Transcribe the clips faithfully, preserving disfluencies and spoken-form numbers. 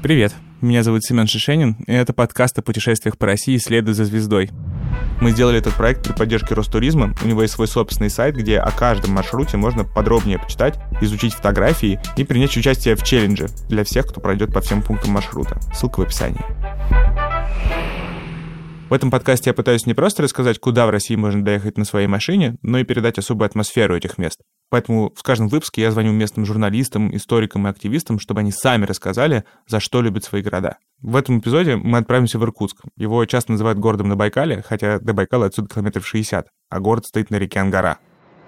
Привет, меня зовут Семен Шишенин, и это подкаст о путешествиях по России «Следуй за звездой». Мы сделали этот проект при поддержке Ростуризма. У него есть свой собственный сайт, где о каждом маршруте можно подробнее почитать, изучить фотографии и принять участие в челлендже для всех, кто пройдет по всем пунктам маршрута. Ссылка в описании. В этом подкасте я пытаюсь не просто рассказать, куда в России можно доехать на своей машине, но и передать особую атмосферу этих мест. Поэтому в каждом выпуске я звоню местным журналистам, историкам и активистам, чтобы они сами рассказали, за что любят свои города. В этом эпизоде мы отправимся в Иркутск. Его часто называют городом на Байкале, хотя до Байкала отсюда километров шестьдесят, а город стоит на реке Ангара.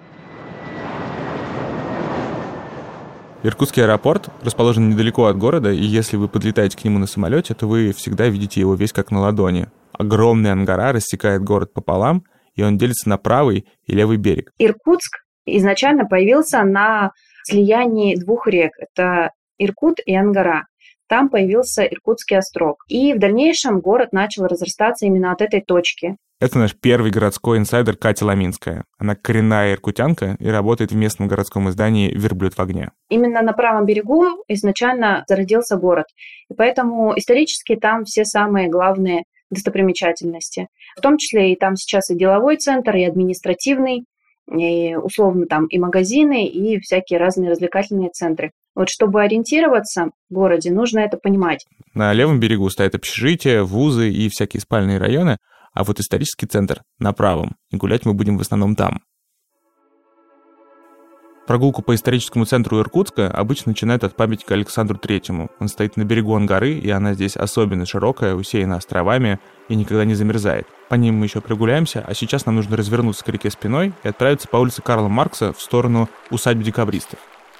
Иркутский аэропорт расположен недалеко от города, и если вы подлетаете к нему на самолете, то вы всегда видите его весь как на ладони. Огромный Ангара рассекает город пополам, и он делится на правый и левый берег. Иркутск изначально появился на слиянии двух рек. Это Иркут и Ангара. Там появился Иркутский острог. И в дальнейшем город начал разрастаться именно от этой точки. Это наш первый городской инсайдер Катя Ламинская. Она коренная иркутянка и работает в местном городском издании «Верблюд в огне». Именно на правом берегу изначально зародился город. И поэтому исторически там все самые главные достопримечательности. В том числе и там сейчас и деловой центр, и административный, и условно там и магазины, и всякие разные развлекательные центры. Вот чтобы ориентироваться в городе, нужно это понимать. На левом берегу стоят общежития, вузы и всякие спальные районы, а вот исторический центр на правом, и гулять мы будем в основном там. Прогулку по историческому центру Иркутска обычно начинают от памятника Александру Третьему. Он стоит на берегу Ангары, и она здесь особенно широкая, усеяна островами и никогда не замерзает. По ним мы еще прогуляемся, а сейчас нам нужно развернуться к реке спиной и отправиться по улице Карла Маркса в сторону усадьбы декабристов.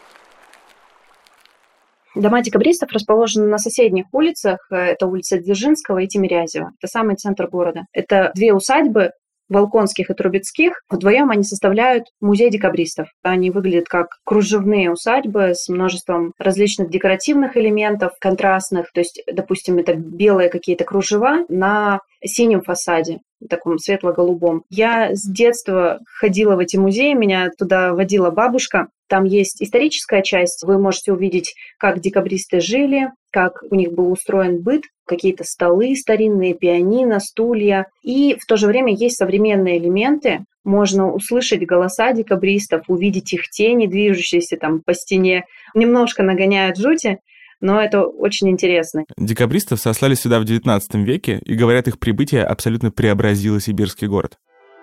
Дома декабристов расположены на соседних улицах. Это улица Дзержинского и Тимирязева. Это самый центр города. Это две усадьбы, Волконских и Трубецких. Вдвоем они составляют музей декабристов. Они выглядят как кружевные усадьбы с множеством различных декоративных элементов, контрастных. То есть, допустим, это белые какие-то кружева на синем фасаде, таком светло-голубом. Я с детства ходила в эти музеи, меня туда водила бабушка. Там есть историческая часть, вы можете увидеть, как декабристы жили, как у них был устроен быт, какие-то столы старинные, пианино, стулья. И в то же время есть современные элементы. Можно услышать голоса декабристов, увидеть их тени, движущиеся там по стене. Немножко нагоняют жути, но это очень интересно. Декабристов сослали сюда в девятнадцатом веке, и, говорят, их прибытие абсолютно преобразило сибирский город.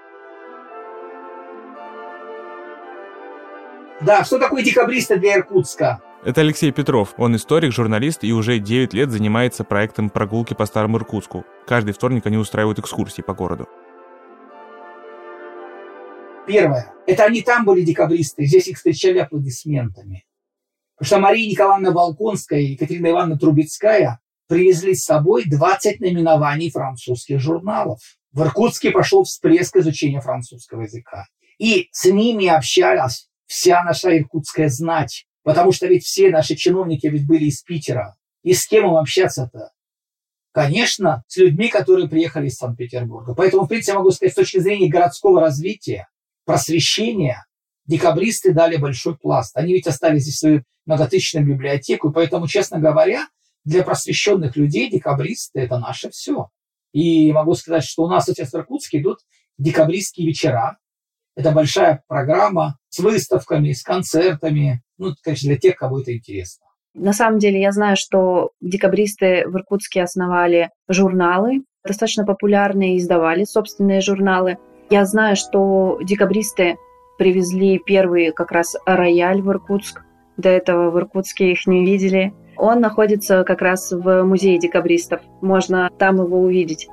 Да, что такое декабристы для Иркутска? Это Алексей Петров. Он историк, журналист и уже девять лет занимается проектом прогулки по Старому Иркутску. Каждый вторник они устраивают экскурсии по городу. Первое. Это они там были декабристы, здесь их встречали аплодисментами. Потому что Мария Николаевна Волконская и Екатерина Ивановна Трубецкая привезли с собой двадцать наименований французских журналов. В Иркутске пошел всплеск изучения французского языка. И с ними общалась вся наша иркутская знать. Потому что ведь все наши чиновники ведь были из Питера. И с кем им общаться-то? Конечно, с людьми, которые приехали из Санкт-Петербурга. Поэтому, в принципе, я могу сказать, с точки зрения городского развития, просвещения, декабристы дали большой пласт. Они ведь оставили здесь свою многотысячную библиотеку. И поэтому, честно говоря, для просвещенных людей декабристы – это наше все. И могу сказать, что у нас сейчас в Иркутске идут декабристские вечера. Это большая программа с выставками, с концертами. Ну, конечно, для тех, кого это интересно. На самом деле, я знаю, что декабристы в Иркутске основали журналы, достаточно популярные, издавали собственные журналы. Я знаю, что декабристы привезли первый как раз рояль в Иркутск. До этого в Иркутске их не видели. Он находится как раз в музее декабристов. Можно там его увидеть.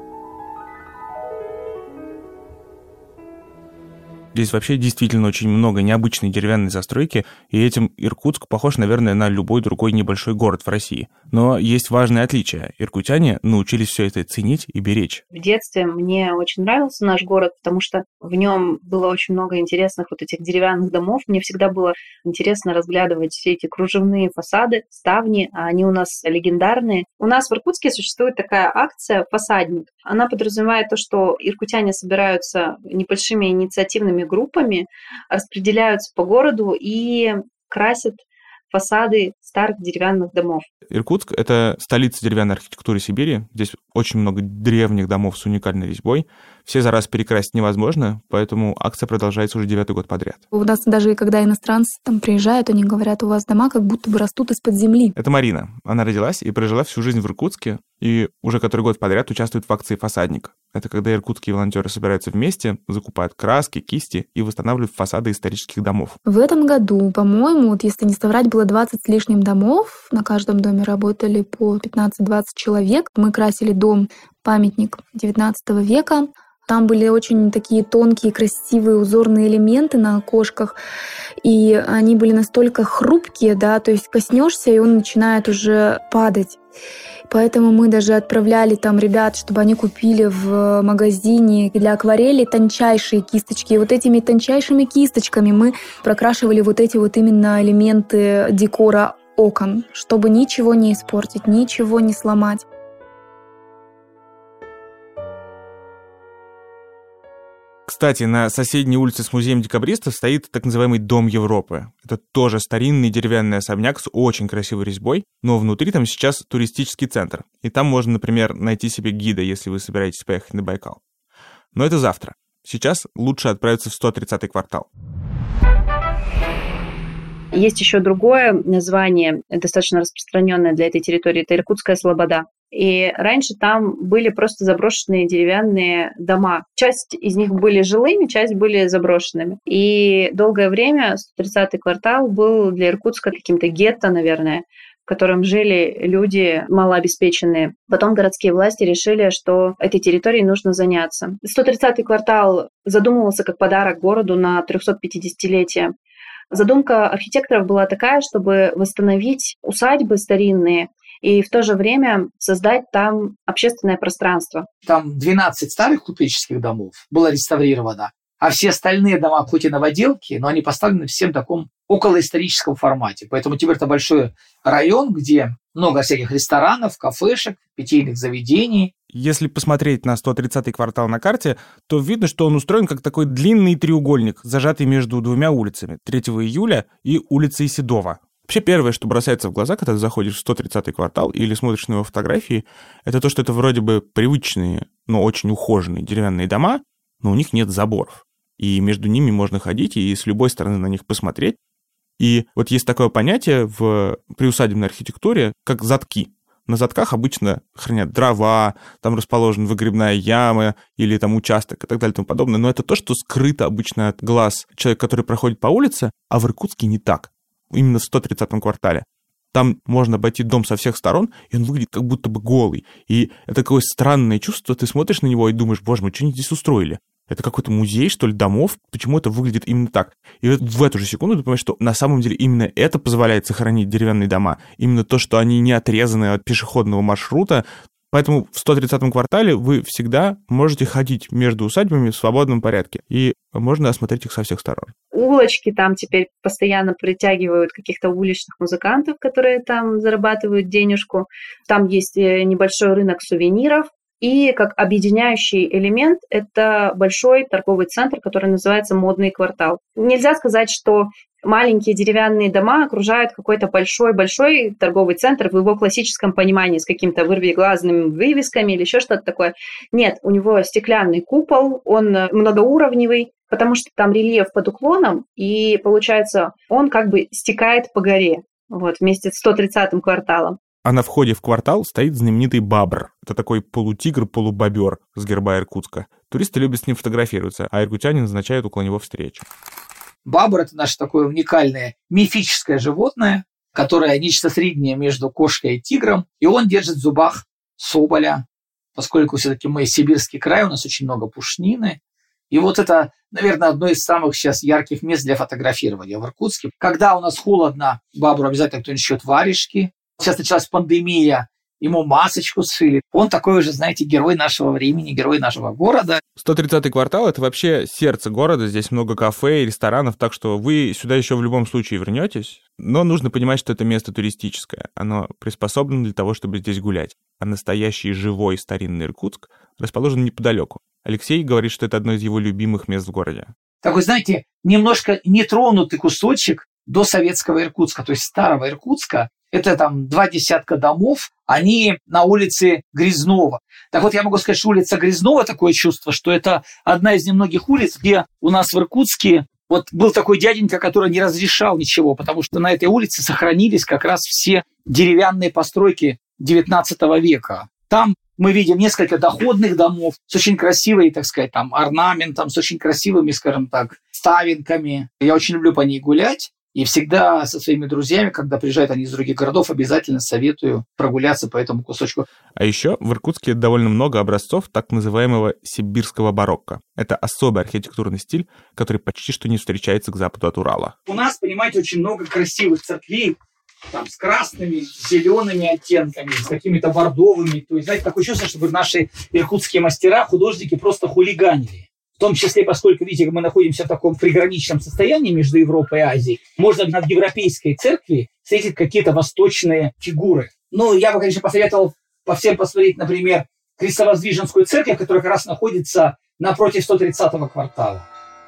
Здесь вообще действительно очень много необычной деревянной застройки, и этим Иркутск похож, наверное, на любой другой небольшой город в России. Но есть важное отличие. Иркутяне научились все это ценить и беречь. В детстве мне очень нравился наш город, потому что в нем было очень много интересных вот этих деревянных домов. Мне всегда было интересно разглядывать все эти кружевные фасады, ставни, а они у нас легендарные. У нас в Иркутске существует такая акция «Фасадник». Она подразумевает то, что иркутяне собираются небольшими инициативными группами, распределяются по городу и красят фасады старых деревянных домов. Иркутск — это столица деревянной архитектуры Сибири. Здесь очень много древних домов с уникальной резьбой. Все за раз перекрасить невозможно, поэтому акция продолжается уже девятый год подряд. У нас даже когда иностранцы там приезжают, они говорят, у вас дома как будто бы растут из-под земли. Это Марина. Она родилась и прожила всю жизнь в Иркутске, и уже который год подряд участвует в акции «Фасадник». Это когда иркутские волонтеры собираются вместе, закупают краски, кисти и восстанавливают фасады исторических домов. В этом году, по-моему, вот если не соврать, было двадцать с лишним домов. На каждом доме работали по пятнадцать-двадцать человек. Мы красили дом, памятник девятнадцатого века. Там были очень такие тонкие, красивые узорные элементы на окошках, и они были настолько хрупкие, да, то есть коснешься, и он начинает уже падать. Поэтому мы даже отправляли там ребят, чтобы они купили в магазине для акварели тончайшие кисточки. И вот этими тончайшими кисточками мы прокрашивали вот эти вот именно элементы декора окон, чтобы ничего не испортить, ничего не сломать. Кстати, на соседней улице с музеем декабристов стоит так называемый Дом Европы. Это тоже старинный деревянный особняк с очень красивой резьбой, но внутри там сейчас туристический центр. И там можно, например, найти себе гида, если вы собираетесь поехать на Байкал. Но это завтра. Сейчас лучше отправиться в сто тридцатый квартал. Есть еще другое название, достаточно распространенное для этой территории, это Иркутская Слобода. И раньше там были просто заброшенные деревянные дома. Часть из них были жилыми, часть были заброшенными. И долгое время сто тридцатый квартал был для Иркутска каким-то гетто, наверное, в котором жили люди малообеспеченные. Потом городские власти решили, что этой территорией нужно заняться. сто тридцатый квартал задумывался как подарок городу на трехсотпятидесятилетие. Задумка архитекторов была такая, чтобы восстановить усадьбы старинные и в то же время создать там общественное пространство. Там двенадцать старых купеческих домов было реставрировано, а все остальные дома, хоть и новоделки, но они поставлены всем в таком околоисторическом формате. Поэтому теперь это большой район, где много всяких ресторанов, кафешек, питейных заведений. Если посмотреть на сто тридцатый квартал на карте, то видно, что он устроен как такой длинный треугольник, зажатый между двумя улицами – третьего июля и улицей Седова. Вообще первое, что бросается в глаза, когда ты заходишь в сто тридцатый квартал или смотришь на его фотографии, это то, что это вроде бы привычные, но очень ухоженные деревянные дома, но у них нет заборов. И между ними можно ходить и с любой стороны на них посмотреть. И вот есть такое понятие в приусадебной архитектуре, как задки. На задках обычно хранят дрова, там расположена выгребная яма или там участок и так далее и тому подобное. Но это то, что скрыто обычно от глаз человека, который проходит по улице, а в Иркутске не так. Именно в сто тридцатом квартале. Там можно обойти дом со всех сторон, и он выглядит как будто бы голый. И это такое странное чувство, ты смотришь на него и думаешь, боже мой, что они здесь устроили? Это какой-то музей, что ли, домов? Почему это выглядит именно так? И вот в эту же секунду ты понимаешь, что на самом деле именно это позволяет сохранить деревянные дома. Именно то, что они не отрезаны от пешеходного маршрута. Поэтому в сто тридцатом квартале вы всегда можете ходить между усадьбами в свободном порядке. И можно осмотреть их со всех сторон. Улочки там теперь постоянно притягивают каких-то уличных музыкантов, которые там зарабатывают денежку. Там есть небольшой рынок сувениров. И как объединяющий элемент это большой торговый центр, который называется «Модный квартал». Нельзя сказать, что маленькие деревянные дома окружают какой-то большой-большой торговый центр в его классическом понимании с какими-то вырвиглазными вывесками или еще что-то такое. Нет, у него стеклянный купол, он многоуровневый, потому что там рельеф под уклоном, и получается, он как бы стекает по горе, вот, вместе с сто тридцатым кварталом. А на входе в квартал стоит знаменитый бабр. Это такой полутигр, полубобер с герба Иркутска. Туристы любят с ним фотографироваться, а иркутяне назначают около него встречу. Бабр – это наше такое уникальное мифическое животное, которое нечто среднее между кошкой и тигром, и он держит в зубах соболя, поскольку все-таки мы сибирский край, у нас очень много пушнины. И вот это, наверное, одно из самых сейчас ярких мест для фотографирования в Иркутске. Когда у нас холодно, бабру обязательно кто-нибудь шьет варежки. Сейчас началась пандемия, ему масочку сшили. Он такой уже, знаете, герой нашего времени, герой нашего города. сто тридцатый квартал – это вообще сердце города. Здесь много кафе и ресторанов, так что вы сюда еще в любом случае вернетесь. Но нужно понимать, что это место туристическое. Оно приспособлено для того, чтобы здесь гулять. А настоящий живой старинный Иркутск расположен неподалеку. Алексей говорит, что это одно из его любимых мест в городе. Такой, знаете, немножко нетронутый кусочек до советского Иркутска, то есть старого Иркутска. Это там два десятка домов, они на улице Грязнова. Так вот, я могу сказать, что улица Грязнова, такое чувство, что это одна из немногих улиц, где у нас в Иркутске вот был такой дяденька, который не разрешал ничего, потому что на этой улице сохранились как раз все деревянные постройки девятнадцатого века. Там мы видим несколько доходных домов с очень красивой, так сказать, там, орнаментом, с очень красивыми, скажем так, ставинками. Я очень люблю по ней гулять. И всегда со своими друзьями, когда приезжают они из других городов, обязательно советую прогуляться по этому кусочку. А еще в Иркутске довольно много образцов так называемого сибирского барокко. Это особый архитектурный стиль, который почти что не встречается к западу от Урала. У нас, понимаете, очень много красивых церквей, там, с красными, с зелеными оттенками, с какими-то бордовыми. То есть, знаете, такое чувство, чтобы наши иркутские мастера, художники просто хулиганили. В том числе, поскольку, видите, мы находимся в таком приграничном состоянии между Европой и Азией, можно над европейской церкви встретить какие-то восточные фигуры. Ну, я бы, конечно, посоветовал по всем посмотреть, например, Крестовоздвиженскую церковь, которая как раз находится напротив сто тридцатого квартала.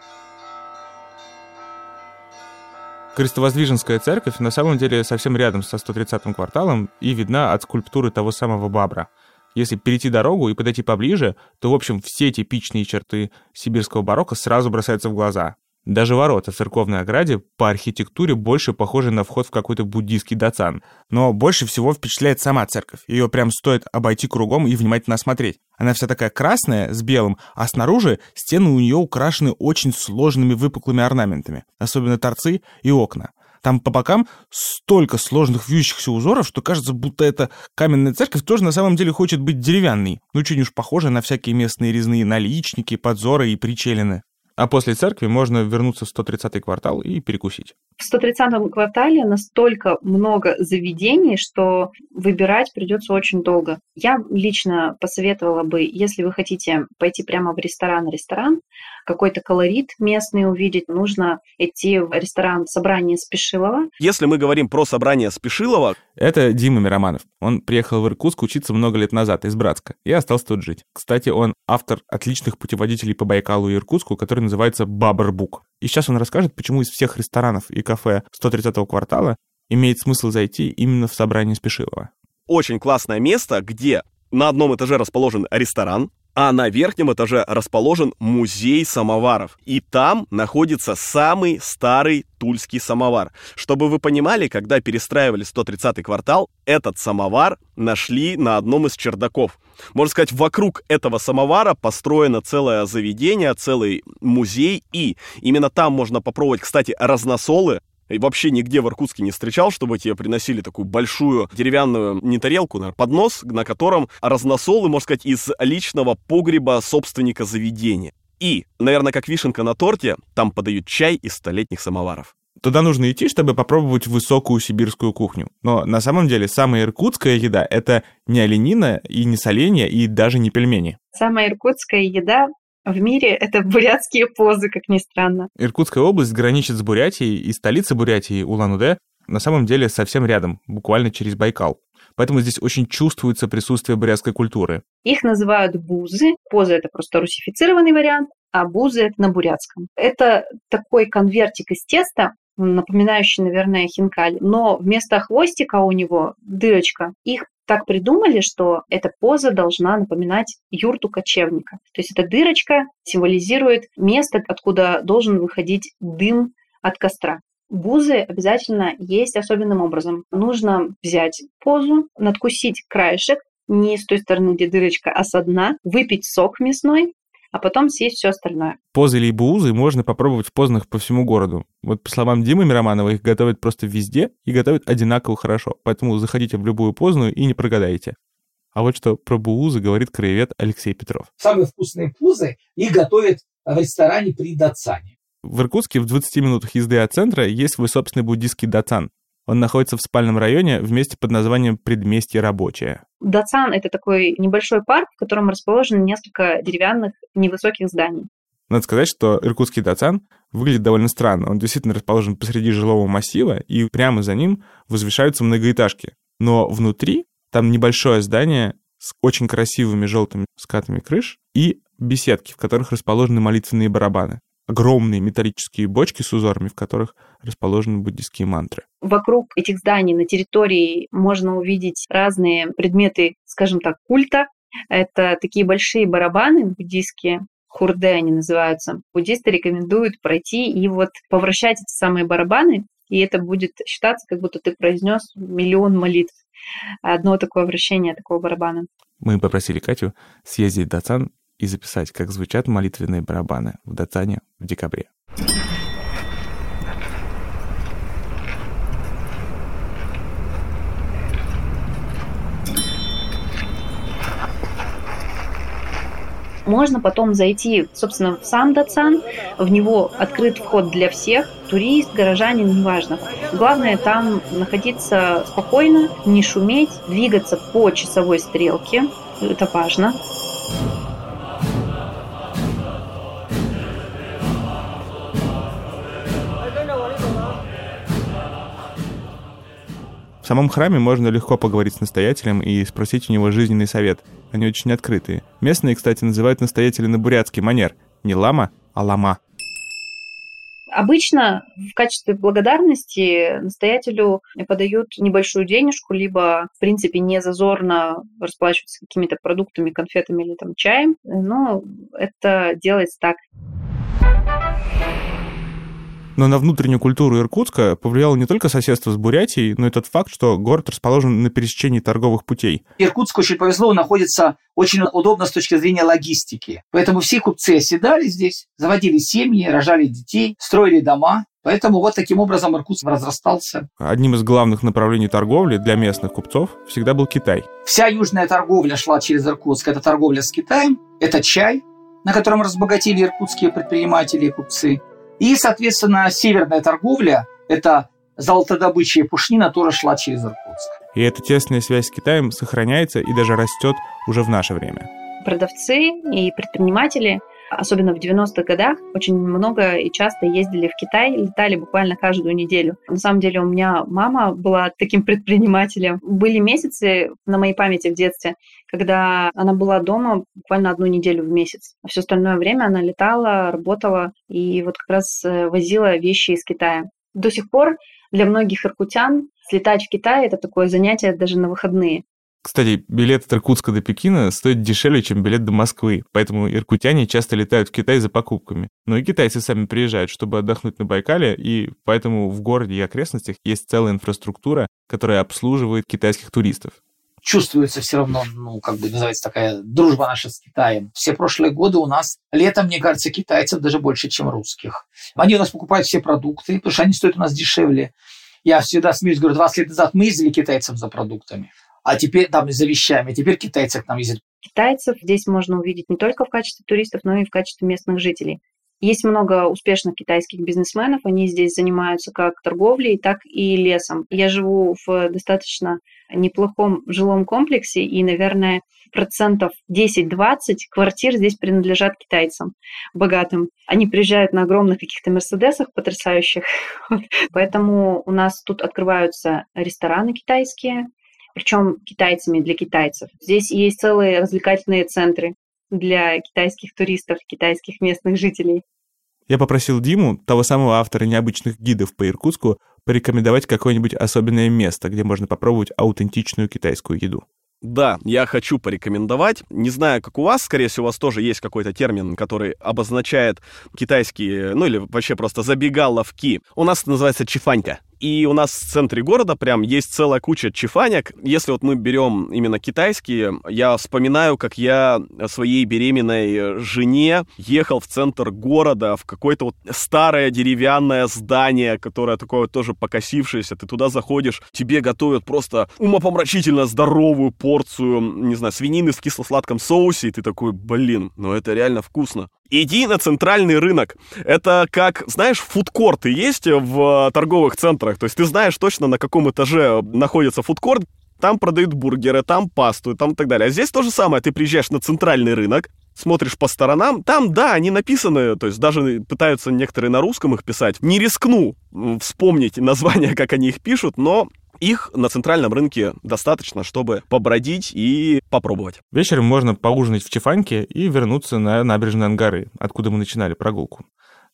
Крестовоздвиженская церковь на самом деле совсем рядом со сто тридцатым кварталом и видна от скульптуры того самого Бабра. Если перейти дорогу и подойти поближе, то, в общем, все типичные черты сибирского барокко сразу бросаются в глаза. Даже ворота в церковной ограде по архитектуре больше похожи на вход в какой-то буддийский дацан. Но больше всего впечатляет сама церковь. Ее прям стоит обойти кругом и внимательно осмотреть. Она вся такая красная, с белым, а снаружи стены у нее украшены очень сложными выпуклыми орнаментами, особенно торцы и окна. Там по бокам столько сложных вьющихся узоров, что кажется, будто эта каменная церковь тоже на самом деле хочет быть деревянной. Ну, очень уж похоже на всякие местные резные наличники, подзоры и причелины. А после церкви можно вернуться в сто тридцатый квартал и перекусить. В сто тридцатом квартале настолько много заведений, что выбирать придется очень долго. Я лично посоветовала бы, если вы хотите пойти прямо в ресторан-ресторан, какой-то колорит местный увидеть, нужно идти в ресторан «Собрание Спешилова». Если мы говорим про «Собрание Спешилова», это Дима Мироманов. Он приехал в Иркутск учиться много лет назад из Братска и остался тут жить. Кстати, он автор отличных путеводителей по Байкалу и Иркутску, который называется «Бабр-бук». И сейчас он расскажет, почему из всех ресторанов и кафе сто тридцатого квартала имеет смысл зайти именно в «Собрание Спешилова». Очень классное место, где на одном этаже расположен ресторан, а на верхнем этаже расположен музей самоваров. И там находится самый старый тульский самовар. Чтобы вы понимали, когда перестраивали сто тридцатый квартал, этот самовар нашли на одном из чердаков. Можно сказать, вокруг этого самовара построено целое заведение, целый музей. И именно там можно попробовать, кстати, разносолы. И вообще нигде в Иркутске не встречал, чтобы тебе приносили такую большую деревянную, не тарелку, наверное, поднос, на котором разносолы, можно сказать, из личного погреба собственника заведения. И, наверное, как вишенка на торте, там подают чай из столетних самоваров. Туда нужно идти, чтобы попробовать высокую сибирскую кухню. Но на самом деле самая иркутская еда — это не оленина и не соленья, и даже не пельмени. Самая иркутская еда в мире — это бурятские позы, как ни странно. Иркутская область граничит с Бурятией, и столица Бурятии, Улан-Удэ, на самом деле совсем рядом, буквально через Байкал. Поэтому здесь очень чувствуется присутствие бурятской культуры. Их называют бузы. Позы — это просто русифицированный вариант, а бузы — это на бурятском. Это такой конвертик из теста, напоминающий, наверное, хинкаль, но вместо хвостика у него дырочка. Их так придумали, что эта поза должна напоминать юрту кочевника. То есть эта дырочка символизирует место, откуда должен выходить дым от костра. Бузы обязательно есть особенным образом. Нужно взять позу, надкусить краешек, не с той стороны, где дырочка, а со дна, выпить сок мясной, а потом съесть все остальное. Позы или бузы можно попробовать в познах по всему городу. Вот по словам Димы Мироманова, их готовят просто везде и готовят одинаково хорошо. Поэтому заходите в любую позную и не прогадаете. А вот что про буузы говорит краевед Алексей Петров. Самые вкусные пузы их готовят в ресторане при Дацане. В Иркутске в двадцати минутах езды от центра есть свой собственный буддийский дацан. Он находится в спальном районе в месте под названием Предместье Рабочее. Дацан — это такой небольшой парк, в котором расположено несколько деревянных невысоких зданий. Надо сказать, что иркутский дацан выглядит довольно странно. Он действительно расположен посреди жилого массива, и прямо за ним возвышаются многоэтажки. Но внутри там небольшое здание с очень красивыми желтыми скатами крыш и беседки, в которых расположены молитвенные барабаны. огромные металлические бочки с узорами, в которых расположены буддийские мантры. Вокруг этих зданий на территории можно увидеть разные предметы, скажем так, культа. Это такие большие барабаны буддийские, хурде они называются. Буддисты рекомендуют пройти и вот повращать эти самые барабаны, и это будет считаться, как будто ты произнес миллион молитв. Одно такое вращение такого барабана. Мы попросили Катю съездить в Дацан и записать, как звучат молитвенные барабаны в Дацане в декабре. Можно потом зайти, собственно, в сам Дацан, в него открыт вход для всех, турист, горожанин, неважно. Главное там находиться спокойно, не шуметь, двигаться по часовой стрелке, это важно. В самом храме можно легко поговорить с настоятелем и спросить у него жизненный совет. Они очень открытые. Местные, кстати, называют настоятеля на бурятский манер. Не лама, а лама. Обычно в качестве благодарности настоятелю подают небольшую денежку, либо, в принципе, не зазорно расплачиваться какими-то продуктами, конфетами или там чаем. Но это делается так. Но на внутреннюю культуру Иркутска повлияло не только соседство с Бурятией, но и тот факт, что город расположен на пересечении торговых путей. Иркутску очень повезло, он находится очень удобно с точки зрения логистики. Поэтому все купцы оседали здесь, заводили семьи, рожали детей, строили дома. Поэтому вот таким образом Иркутск разрастался. Одним из главных направлений торговли для местных купцов всегда был Китай. Вся южная торговля шла через Иркутск. Это торговля с Китаем, это чай, на котором разбогатели иркутские предприниматели и купцы. И, соответственно, северная торговля – это золотодобыча и пушнина, тоже шла через Иркутск. И эта тесная связь с Китаем сохраняется и даже растет уже в наше время. Продавцы и предприниматели, особенно в девяностых годах, очень много и часто ездили в Китай, летали буквально каждую неделю. На самом деле у меня мама была таким предпринимателем. Были месяцы на моей памяти в детстве, когда она была дома буквально одну неделю в месяц. А все остальное время она летала, работала и вот как раз возила вещи из Китая. До сих пор для многих иркутян слетать в Китай – это такое занятие даже на выходные. Кстати, билет от Иркутска до Пекина стоит дешевле, чем билет до Москвы, поэтому иркутяне часто летают в Китай за покупками. Но и китайцы сами приезжают, чтобы отдохнуть на Байкале, и поэтому в городе и окрестностях есть целая инфраструктура, которая обслуживает китайских туристов. Чувствуется все равно, ну, как бы называется такая дружба наша с Китаем. Все прошлые годы у нас летом, мне кажется, китайцев даже больше, чем русских. Они у нас покупают все продукты, потому что они стоят у нас дешевле. Я всегда смеюсь, говорю, двадцать лет назад мы ездили китайцам за продуктами. А теперь там за вещами, а теперь китайцы к нам ездят. Китайцев здесь можно увидеть не только в качестве туристов, но и в качестве местных жителей. Есть много успешных китайских бизнесменов, они здесь занимаются как торговлей, так и лесом. Я живу в достаточно неплохом жилом комплексе, и, наверное, процентов десять-двадцать квартир здесь принадлежат китайцам богатым. Они приезжают на огромных каких-то мерседесах потрясающих, поэтому у нас тут открываются рестораны китайские, причем китайцами для китайцев. Здесь есть целые развлекательные центры для китайских туристов, китайских местных жителей. Я попросил Диму, того самого автора необычных гидов по Иркутску, порекомендовать какое-нибудь особенное место, где можно попробовать аутентичную китайскую еду. Да, я хочу порекомендовать. Не знаю, как у вас, скорее всего, у вас тоже есть какой-то термин, который обозначает китайские, ну или вообще просто забегаловки. У нас это называется чифанька. И у нас в центре города прям есть целая куча чифанек. Если вот мы берем именно китайские, я вспоминаю, как я своей беременной жене ехал в центр города, в какое-то вот старое деревянное здание, которое такое вот тоже покосившееся. Ты туда заходишь, тебе готовят просто умопомрачительно здоровую порцию, не знаю, свинины в кисло-сладком соусе, и ты такой, блин, ну это реально вкусно. Иди на центральный рынок. Это как, знаешь, фудкорты есть в торговых центрах. То есть ты знаешь точно, на каком этаже находится фудкорт. Там продают бургеры, там пасту и там и так далее. А здесь то же самое. Ты приезжаешь на центральный рынок, смотришь по сторонам. Там, да, они написаны, то есть даже пытаются некоторые на русском их писать. Не рискну вспомнить название, как они их пишут, но... Их на центральном рынке достаточно, чтобы побродить и попробовать. Вечером можно поужинать в Чифаньке и вернуться на набережную Ангары, откуда мы начинали прогулку.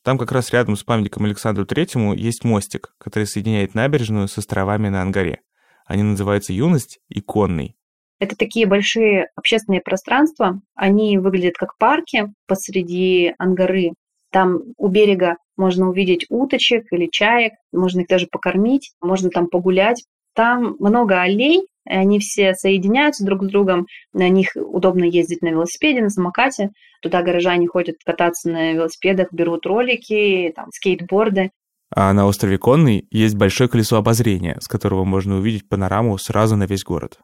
Там как раз рядом с памятником Александру Третьему есть мостик, который соединяет набережную с островами на Ангаре. Они называются «Юность» и «Конный». Это такие большие общественные пространства. Они выглядят как парки посреди Ангары. Там у берега можно увидеть уточек или чаек, можно их даже покормить, можно там погулять. Там много аллей, они все соединяются друг с другом, на них удобно ездить на велосипеде, на самокате. Туда горожане ходят кататься на велосипедах, берут ролики, там, скейтборды. А на острове Конный есть большое колесо обозрения, с которого можно увидеть панораму сразу на весь город.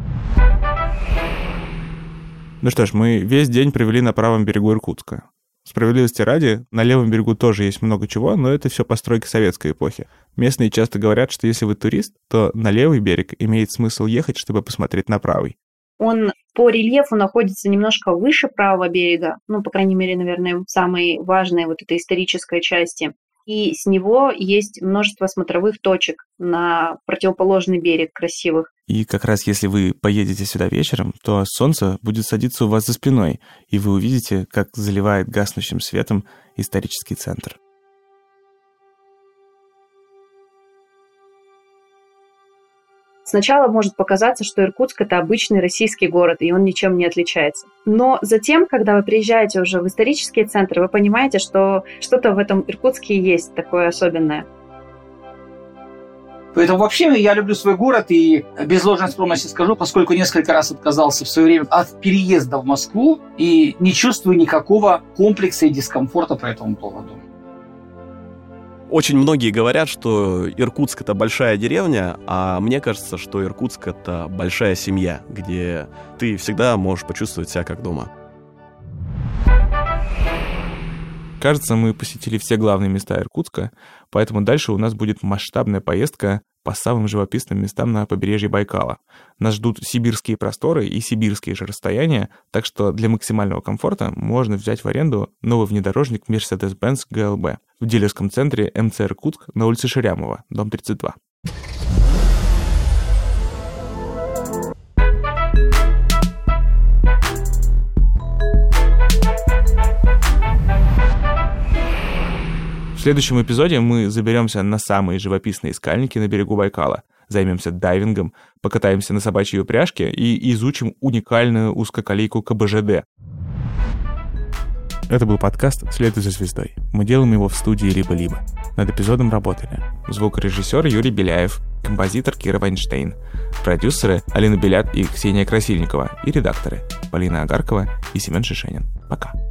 Ну что ж, мы весь день провели на правом берегу Иркутска. Справедливости ради, на левом берегу тоже есть много чего, но это все постройки советской эпохи. Местные часто говорят, что если вы турист, то на левый берег имеет смысл ехать, чтобы посмотреть на правый. Он по рельефу находится немножко выше правого берега, ну, по крайней мере, наверное, самой важной вот этой исторической части. И с него есть множество смотровых точек на противоположный берег красивых. И как раз если вы поедете сюда вечером, то солнце будет садиться у вас за спиной, и вы увидите, как заливает гаснущим светом исторический центр. Сначала может показаться, что Иркутск – это обычный российский город, и он ничем не отличается. Но затем, когда вы приезжаете уже в исторические центры, вы понимаете, что что-то в этом Иркутске есть такое особенное. Поэтому вообще я люблю свой город, и без ложной скромности скажу, поскольку несколько раз отказался в свое время от переезда в Москву, и не чувствую никакого комплекса и дискомфорта по этому поводу. Очень многие говорят, что Иркутск — это большая деревня, а мне кажется, что Иркутск — это большая семья, где ты всегда можешь почувствовать себя как дома. Кажется, мы посетили все главные места Иркутска, поэтому дальше у нас будет масштабная поездка по самым живописным местам на побережье Байкала. Нас ждут сибирские просторы и сибирские же расстояния, так что для максимального комфорта можно взять в аренду новый внедорожник Mercedes-Benz джи эл би в дилерском центре эм цэ Иркутск на улице Ширямова, дом тридцать два. В следующем эпизоде мы заберемся на самые живописные скальники на берегу Байкала, займемся дайвингом, покатаемся на собачьей упряжке и изучим уникальную узкоколейку ка бэ жэ дэ. Это был подкаст «Следуй за звездой». Мы делаем его в студии «Либо-либо». Над эпизодом работали звукорежиссер Юрий Беляев, композитор Кира Вайнштейн, продюсеры Алина Белят и Ксения Красильникова и редакторы Полина Агаркова и Семен Шишенин. Пока.